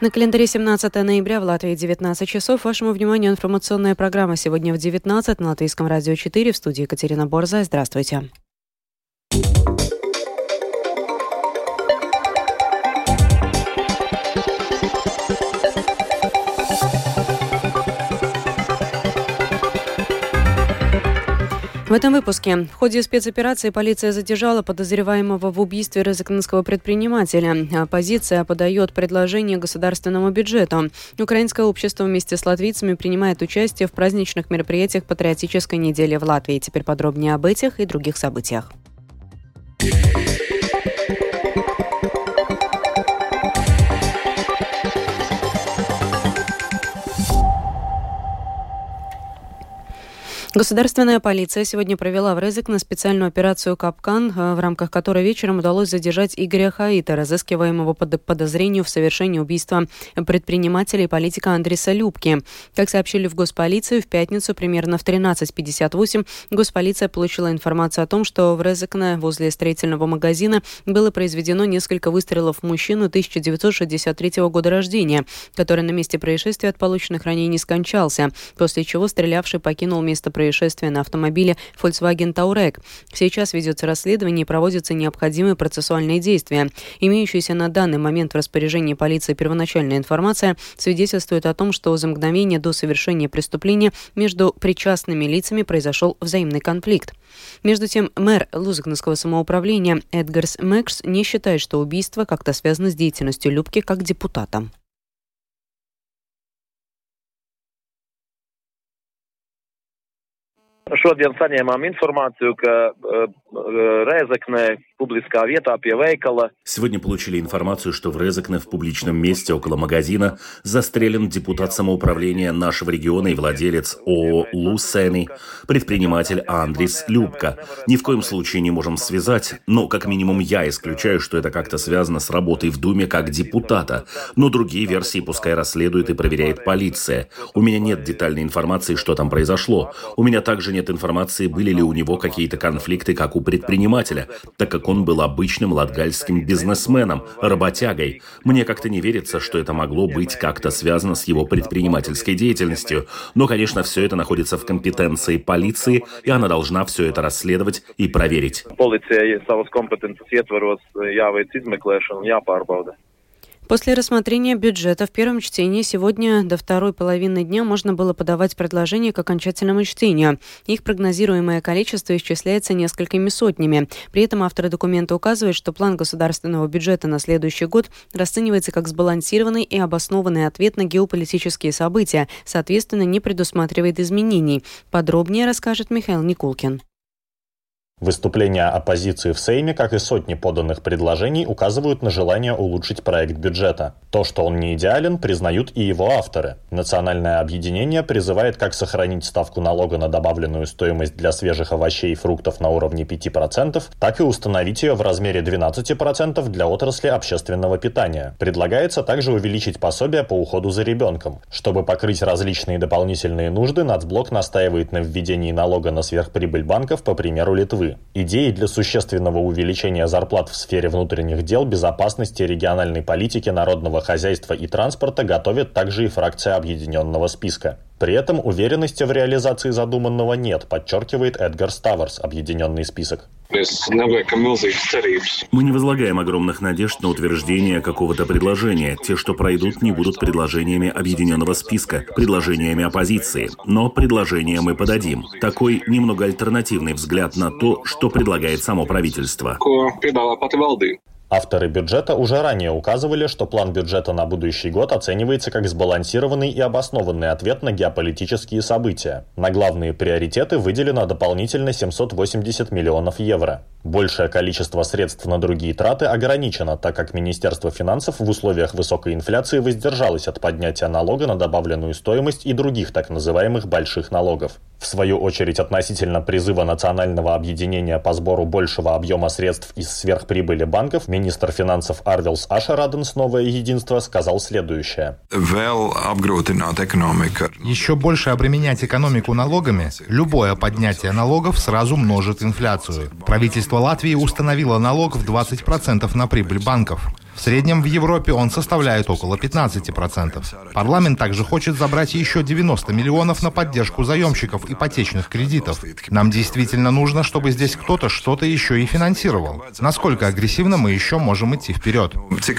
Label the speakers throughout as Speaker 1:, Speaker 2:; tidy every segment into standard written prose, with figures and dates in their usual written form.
Speaker 1: На календаре 17 ноября в Латвии 19 часов. Вашему вниманию информационная программа сегодня в 19 на Латвийском радио 4. В студии Екатерина Борза. Здравствуйте. В этом выпуске. В ходе спецоперации полиция задержала подозреваемого в убийстве рязанского предпринимателя. Оппозиция подает предложение государственному бюджету. Украинское общество вместе с латвийцами принимает участие в праздничных мероприятиях патриотической недели в Латвии. Теперь подробнее об этих и других событиях. Государственная полиция сегодня провела в Резекне специальную операцию «Капкан», в рамках которой вечером удалось задержать Игоря Хаита, разыскиваемого по подозрению в совершении убийства предпринимателя и политика Андриса Любки. Как сообщили в Госполицию, в пятницу примерно в 13:58 Госполиция получила информацию о том, что в Резекне возле строительного магазина было произведено несколько выстрелов в мужчину 1963 года рождения, который на месте происшествия от полученных ранений скончался, после чего стрелявший покинул место происшествия на автомобиле Volkswagen Touareg. Сейчас ведется расследование и проводятся необходимые процессуальные действия. Имеющаяся на данный момент в распоряжении полиции первоначальная информация свидетельствует о том, что за мгновение до совершения преступления между причастными лицами произошел взаимный конфликт. Между тем, мэр Лузгнского самоуправления Эдгарс Мэкс не считает, что убийство как-то связано с деятельностью Любки как депутата.
Speaker 2: Šodien saņēmām informāciju, ka Rēzeknē publiskā vietā pie veikala.
Speaker 3: Сегодня получили информацию, что в Резекне в публичном месте около магазина застрелен депутат самоуправления нашего региона и владелец ООО «Лусени», предприниматель Андрис Любка. Ни в коем случае не можем связать, но как минимум я исключаю, что это как-то связано с работой в Думе как депутата. Но другие версии пускай расследует и проверяет полиция. У меня нет детальной информации, что там произошло. У меня также нет информации, были ли у него какие-то конфликты, как у предпринимателя, так как он был обычным латгальским бизнесменом, работягой. Мне как-то не верится, что это могло быть как-то связано с его предпринимательской деятельностью. Но, конечно, все это находится в компетенции полиции, и она должна все это расследовать и проверить.
Speaker 1: После рассмотрения бюджета в первом чтении сегодня до второй половины дня можно было подавать предложения к окончательному чтению. Их прогнозируемое количество исчисляется несколькими сотнями. При этом авторы документа указывают, что план государственного бюджета на следующий год расценивается как сбалансированный и обоснованный ответ на геополитические события, соответственно, не предусматривает изменений. Подробнее расскажет Михаил Никулкин.
Speaker 4: Выступления оппозиции в Сейме, как и сотни поданных предложений, указывают на желание улучшить проект бюджета. То, что он не идеален, признают и его авторы. Национальное объединение призывает как сохранить ставку налога на добавленную стоимость для свежих овощей и фруктов на уровне 5%, так и установить ее в размере 12% для отрасли общественного питания. Предлагается также увеличить пособие по уходу за ребенком. Чтобы покрыть различные дополнительные нужды, Нацблок настаивает на введении налога на сверхприбыль банков по примеру Литвы. Идеи для существенного увеличения зарплат в сфере внутренних дел, безопасности, региональной политики, народного хозяйства и транспорта готовит также и фракция Объединенного списка. При этом уверенности в реализации задуманного нет, подчеркивает Эдгар Ставарс, Объединенный список.
Speaker 3: Мы не возлагаем огромных надежд на утверждение какого-то предложения. Те, что пройдут, не будут предложениями Объединенного списка, предложениями оппозиции. Но предложения мы подадим. Такой немного альтернативный взгляд на то, что предлагает само правительство.
Speaker 4: Авторы бюджета уже ранее указывали, что план бюджета на будущий год оценивается как сбалансированный и обоснованный ответ на геополитические события. На главные приоритеты выделено дополнительно 780 миллионов евро. Большее количество средств на другие траты ограничено, так как Министерство финансов в условиях высокой инфляции воздержалось от поднятия налога на добавленную стоимость и других так называемых больших налогов. В свою очередь, относительно призыва национального объединения по сбору большего объема средств из сверхприбыли банков, министр финансов Арвилс Ашараденс «Новое единство» сказал следующее.
Speaker 5: Еще больше обременять экономику налогами, любое поднятие налогов сразу множит инфляцию. Правительство Латвии установило налог в 20% на прибыль банков. В В среднем в Европе он составляет около 15%. Парламент также хочет забрать еще 90 миллионов на поддержку заемщиков ипотечных кредитов. Нам действительно нужно, чтобы здесь кто-то что-то еще и финансировал. Насколько агрессивно мы еще можем идти вперед?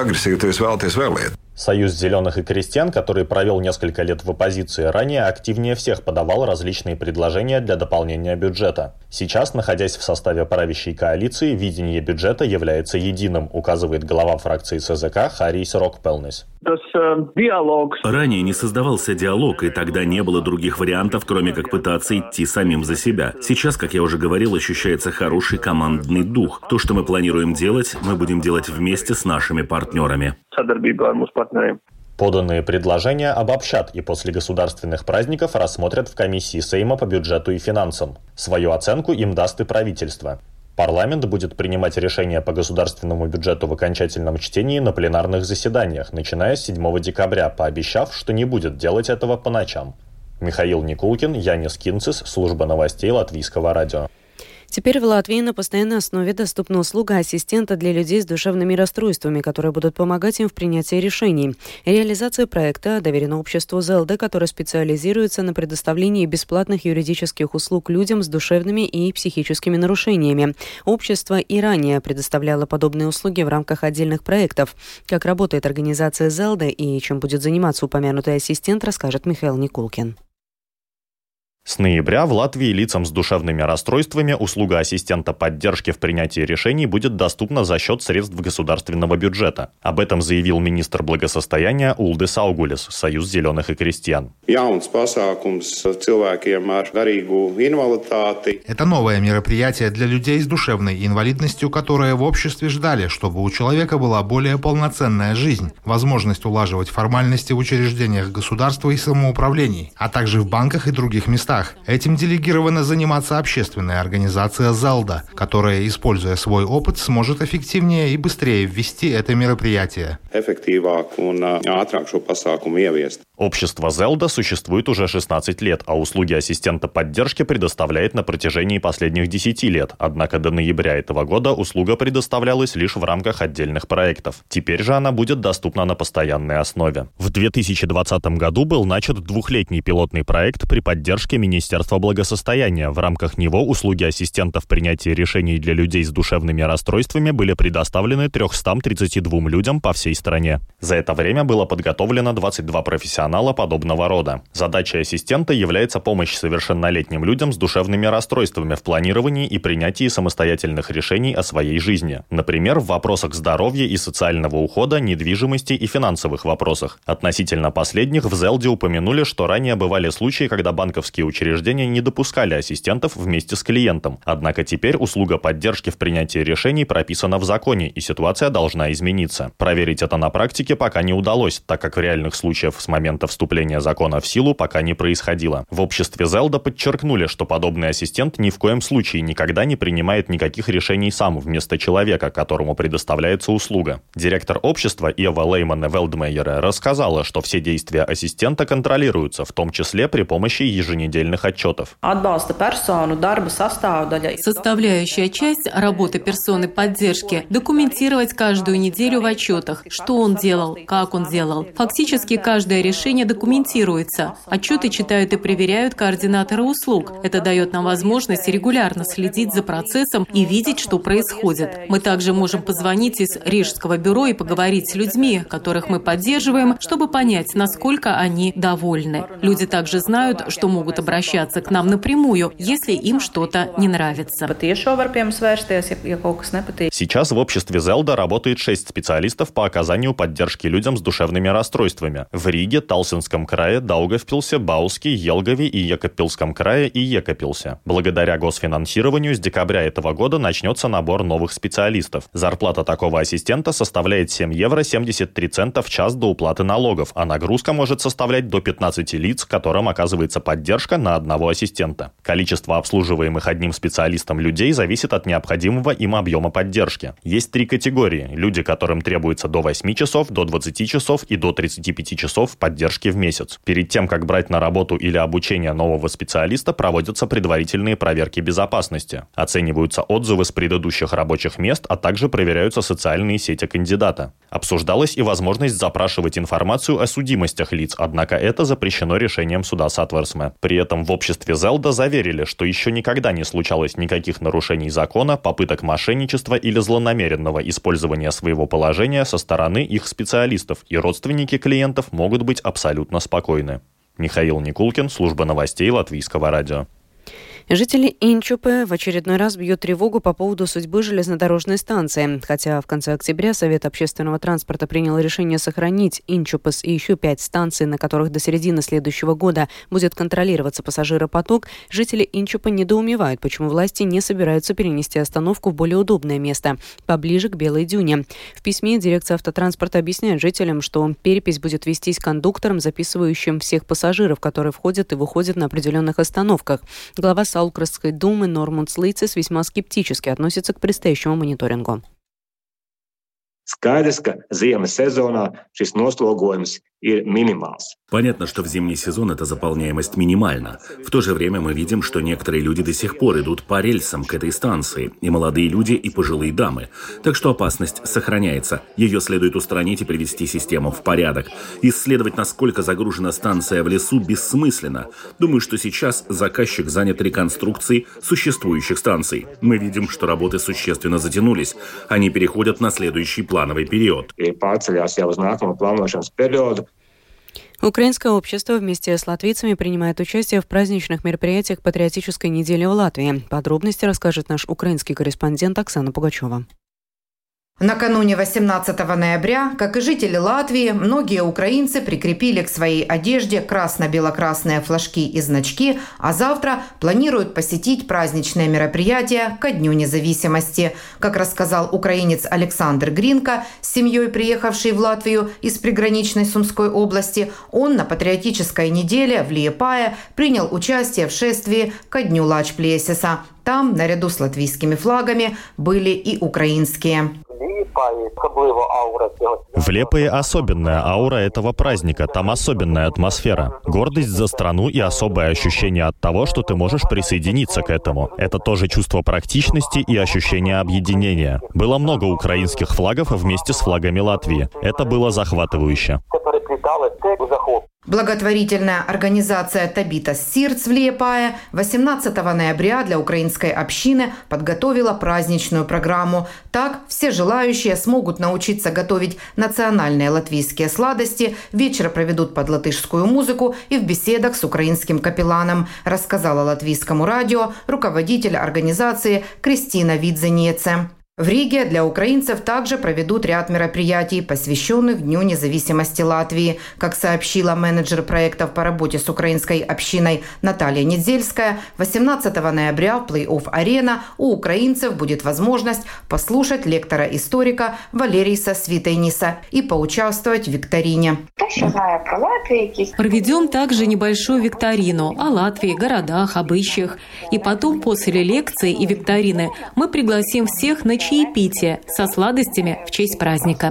Speaker 4: Союз зеленых и крестьян, который провел несколько лет в оппозиции, ранее активнее всех подавал различные предложения для дополнения бюджета. Сейчас, находясь в составе правящей коалиции, видение бюджета является единым, указывает глава фракции СЗК Харис Рокпелнес.
Speaker 3: Ранее не создавался диалог, и тогда не было других вариантов, кроме как пытаться идти самим за себя. Сейчас, как я уже говорил, ощущается хороший командный дух. То, что мы планируем делать, мы будем делать вместе с нашими партнерами.
Speaker 4: Поданные предложения обобщат и после государственных праздников рассмотрят в комиссии Сейма по бюджету и финансам. Свою оценку им даст и правительство. Парламент будет принимать решения по государственному бюджету в окончательном чтении на пленарных заседаниях, начиная с 7 декабря, пообещав, что не будет делать этого по ночам. Михаил Никулкин, Янис Кинцис, служба новостей Латвийского радио.
Speaker 1: Теперь в Латвии на постоянной основе доступна услуга ассистента для людей с душевными расстройствами, которые будут помогать им в принятии решений. Реализация проекта доверена обществу ЗЛД, которое специализируется на предоставлении бесплатных юридических услуг людям с душевными и психическими нарушениями. Общество и ранее предоставляло подобные услуги в рамках отдельных проектов. Как работает организация ЗЛД и чем будет заниматься упомянутый ассистент, расскажет Михаил Никулкин.
Speaker 4: С ноября в Латвии лицам с душевными расстройствами услуга ассистента поддержки в принятии решений будет доступна за счет средств государственного бюджета. Об этом заявил министр благосостояния Улдис Аугулис, Союз зеленых и крестьян.
Speaker 5: Это новое мероприятие для людей с душевной инвалидностью, которые в обществе ждали, чтобы у человека была более полноценная жизнь, возможность улаживать формальности в учреждениях государства и самоуправлений, а также в банках и других местах. Этим делегирована заниматься общественная организация ЗЛД, которая, используя свой опыт, сможет эффективнее и быстрее ввести это мероприятие.
Speaker 4: Общество ЗЛД существует уже 16 лет, а услуги ассистента поддержки предоставляет на протяжении последних 10 лет. Однако до ноября этого года услуга предоставлялась лишь в рамках отдельных проектов. Теперь же она будет доступна на постоянной основе. В 2020 году был начат двухлетний пилотный проект при поддержке Министерства благосостояния. В рамках него услуги ассистента в принятии решений для людей с душевными расстройствами были предоставлены 332 людям по всей стране. За это время было подготовлено 22 профессионала подобного рода. Задачей ассистента является помощь совершеннолетним людям с душевными расстройствами в планировании и принятии самостоятельных решений о своей жизни. Например, в вопросах здоровья и социального ухода, недвижимости и финансовых вопросах. Относительно последних в ЗЛДе упомянули, что ранее бывали случаи, когда банковские учреждения не допускали ассистентов вместе с клиентом. Однако теперь услуга поддержки в принятии решений прописана в законе, и ситуация должна измениться. Проверить это на практике пока не удалось, так как реальных случаев с момента вступления закона в силу пока не происходило. В обществе ЗЛД подчеркнули, что подобный ассистент ни в коем случае никогда не принимает никаких решений сам вместо человека, которому предоставляется услуга. Директор общества Ева Леймане Велдмейере рассказала, что все действия ассистента контролируются, в том числе при помощи еженедельных отчетов.
Speaker 6: Составляющая часть работы персоны поддержки – документировать каждую неделю в отчетах, что он делал, как он делал. Фактически каждое решение документируется. Отчеты читают и проверяют координаторы услуг. Это дает нам возможность регулярно следить за процессом и видеть, что происходит. Мы также можем позвонить из Рижского бюро и поговорить с людьми, которых мы поддерживаем, чтобы понять, насколько они довольны. Люди также знают, что могут обращаться к нам напрямую, если им что-то не нравится.
Speaker 4: Сейчас в обществе ЗЛД работает 6 специалистов по оказанию поддержки людям с душевными расстройствами. В Риге, Талсинском крае, Даугавпилсе, Бауске, Елгаве и Екапельском крае и Екапельсе. Благодаря госфинансированию с декабря этого года начнется набор новых специалистов. Зарплата такого ассистента составляет 7 евро 73 цента в час до уплаты налогов, а нагрузка может составлять до 15 лиц, которым оказывается поддержка человека на одного ассистента. Количество обслуживаемых одним специалистом людей зависит от необходимого им объема поддержки. Есть 3 категории. Люди, которым требуется до 8 часов, до 20 часов и до 35 часов поддержки в месяц. Перед тем, как брать на работу или обучение нового специалиста, проводятся предварительные проверки безопасности. Оцениваются отзывы с предыдущих рабочих мест, а также проверяются социальные сети кандидата. Обсуждалась и возможность запрашивать информацию о судимостях лиц, однако это запрещено решением суда Сатверсме. При этом в обществе Зелда заверили, что еще никогда не случалось никаких нарушений закона, попыток мошенничества или злонамеренного использования своего положения со стороны их специалистов, и родственники клиентов могут быть абсолютно спокойны. Михаил Никулкин, служба новостей Латвийского радио.
Speaker 1: Жители Инчупы в очередной раз бьют тревогу по поводу судьбы железнодорожной станции. Хотя в конце октября Совет общественного транспорта принял решение сохранить Инчупас и еще 5 станций, на которых до середины следующего года будет контролироваться пассажиропоток, жители Инчупы недоумевают, почему власти не собираются перенести остановку в более удобное место, поближе к Белой Дюне. В письме дирекция автотранспорта объясняет жителям, что перепись будет вестись кондуктором, записывающим всех пассажиров, которые входят и выходят на определенных остановках. Глава Саулкрасской думы Нормундс Лейцес весьма скептически относится к предстоящему мониторингу.
Speaker 7: Skaidrs, ka ziemas sezonā šis noslogojums ir minimāls.
Speaker 3: Понятно, что в зимний сезон эта заполняемость минимальна. В то же время мы видим, что некоторые люди до сих пор идут по рельсам к этой станции. И молодые люди, и пожилые дамы. Так что опасность сохраняется. Ее следует устранить и привести систему в порядок. Исследовать, насколько загружена станция в лесу, бессмысленно. Думаю, что сейчас заказчик занят реконструкцией существующих станций. Мы видим, что работы существенно затянулись. Они переходят на следующий плановый период.
Speaker 1: Украинское общество вместе с латвийцами принимает участие в праздничных мероприятиях Патриотической недели в Латвии. Подробности расскажет наш украинский корреспондент Оксана Пугачева.
Speaker 8: Накануне 18 ноября, как и жители Латвии, многие украинцы прикрепили к своей одежде красно-бело-красные флажки и значки, а завтра планируют посетить праздничное мероприятие ко Дню независимости. Как рассказал украинец Александр Гринко, с семьей, приехавший в Латвию из приграничной Сумской области, он на патриотической неделе в Лиепае принял участие в шествии ко Дню Лачплесеса. Там, наряду с латвийскими флагами, были и украинские.
Speaker 4: В Лиепае особенная аура этого праздника, там особенная атмосфера. Гордость за страну и особое ощущение от того, что ты можешь присоединиться к этому. Это тоже чувство практичности и ощущение объединения. Было много украинских флагов вместе с флагами Латвии. Это было захватывающе.
Speaker 8: Благотворительная организация «Табитас Сирц» в Лиепае 18 ноября для украинской общины подготовила праздничную программу. Так, все желающие смогут научиться готовить национальные латвийские сладости, вечер проведут под латышскую музыку и в беседах с украинским капелланом, рассказала Латвийскому радио руководитель организации Кристина Видзенеце. В Риге для украинцев также проведут ряд мероприятий, посвященных Дню независимости Латвии. Как сообщила менеджер проектов по работе с украинской общиной Наталья Недзельская, 18 ноября в Play-Off Arena у украинцев будет возможность послушать лектора-историка Валериса Свитейниса и поучаствовать в викторине.
Speaker 6: Проведем также небольшую викторину о Латвии, городах, обычаях. И потом, после лекции и викторины, мы пригласим всех на чаепитие со сладостями в честь праздника.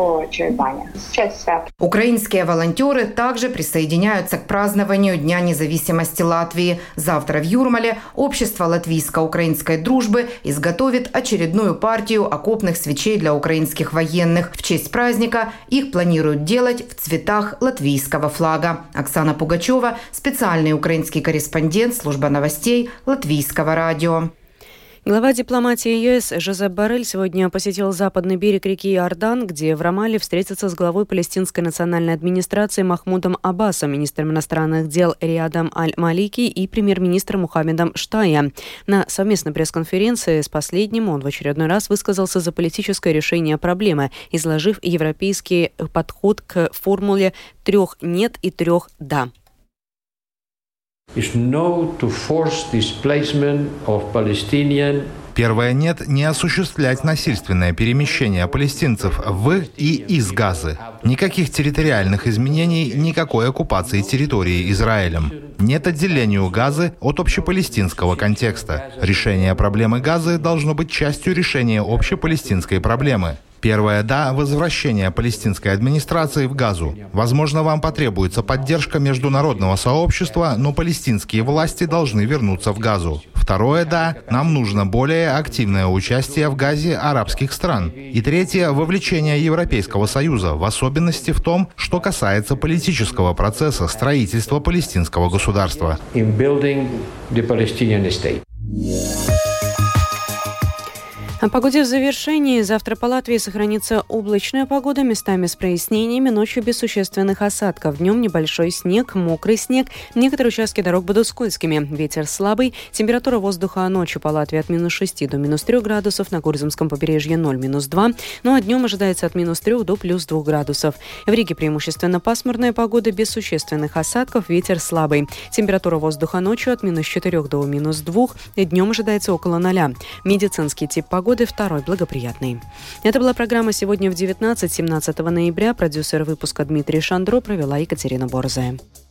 Speaker 8: Украинские волонтеры также присоединяются к празднованию Дня независимости Латвии. Завтра в Юрмале общество латвийско-украинской дружбы изготовит очередную партию окопных свечей для украинских военных. В честь праздника их планируют делать в цветах латвийского флага. Оксана Пугачева, специальный украинский корреспондент, служба новостей Латвийского радио.
Speaker 1: Глава дипломатии ЕС Жозеп Боррель сегодня посетил западный берег реки Иордан, где в Рамалле встретится с главой палестинской национальной администрации Махмудом Аббасом, министром иностранных дел Риадом Аль-Малики и премьер-министром Мухаммедом Штая. На совместной пресс-конференции с последним он в очередной раз высказался за политическое решение проблемы, изложив европейский подход к формуле 3 «нет» и 3 «да».
Speaker 9: Is no to force displacement of Palestinian
Speaker 5: Первое «нет» — не осуществлять насильственное перемещение палестинцев в и из Газы. Никаких территориальных изменений, никакой оккупации территории Израилем. Нет отделению Газы от общепалестинского контекста. Решение проблемы Газы должно быть частью решения общепалестинской проблемы. Первое «да» — возвращение палестинской администрации в Газу. Возможно, вам потребуется поддержка международного сообщества, но палестинские власти должны вернуться в Газу. Второе «да» — нам нужно более активное участие в Газе арабских стран. И третье — вовлечение Европейского Союза, в особенности в том, что касается политического процесса строительства палестинского государства.
Speaker 1: О погоде в завершении. Завтра по Латвии сохранится облачная погода, местами с прояснениями, ночью без существенных осадков. Днем небольшой снег, мокрый снег. Некоторые участки дорог будут скользкими. Ветер слабый. Температура воздуха ночью по Латвии от минус 6 до минус 3 градусов. На Курзамском побережье 0-2. Ну а днем ожидается от минус 3 до плюс 2 градусов. В Риге преимущественно пасмурная погода, без существенных осадков. Ветер слабый. Температура воздуха ночью от минус 4 до минус 2. Днем ожидается около 0. Медицинский тип погоды второй, благоприятный. Это была программа «Сегодня в 19-17 ноября». Продюсер выпуска Дмитрий Шандро, провела Екатерина Борзая.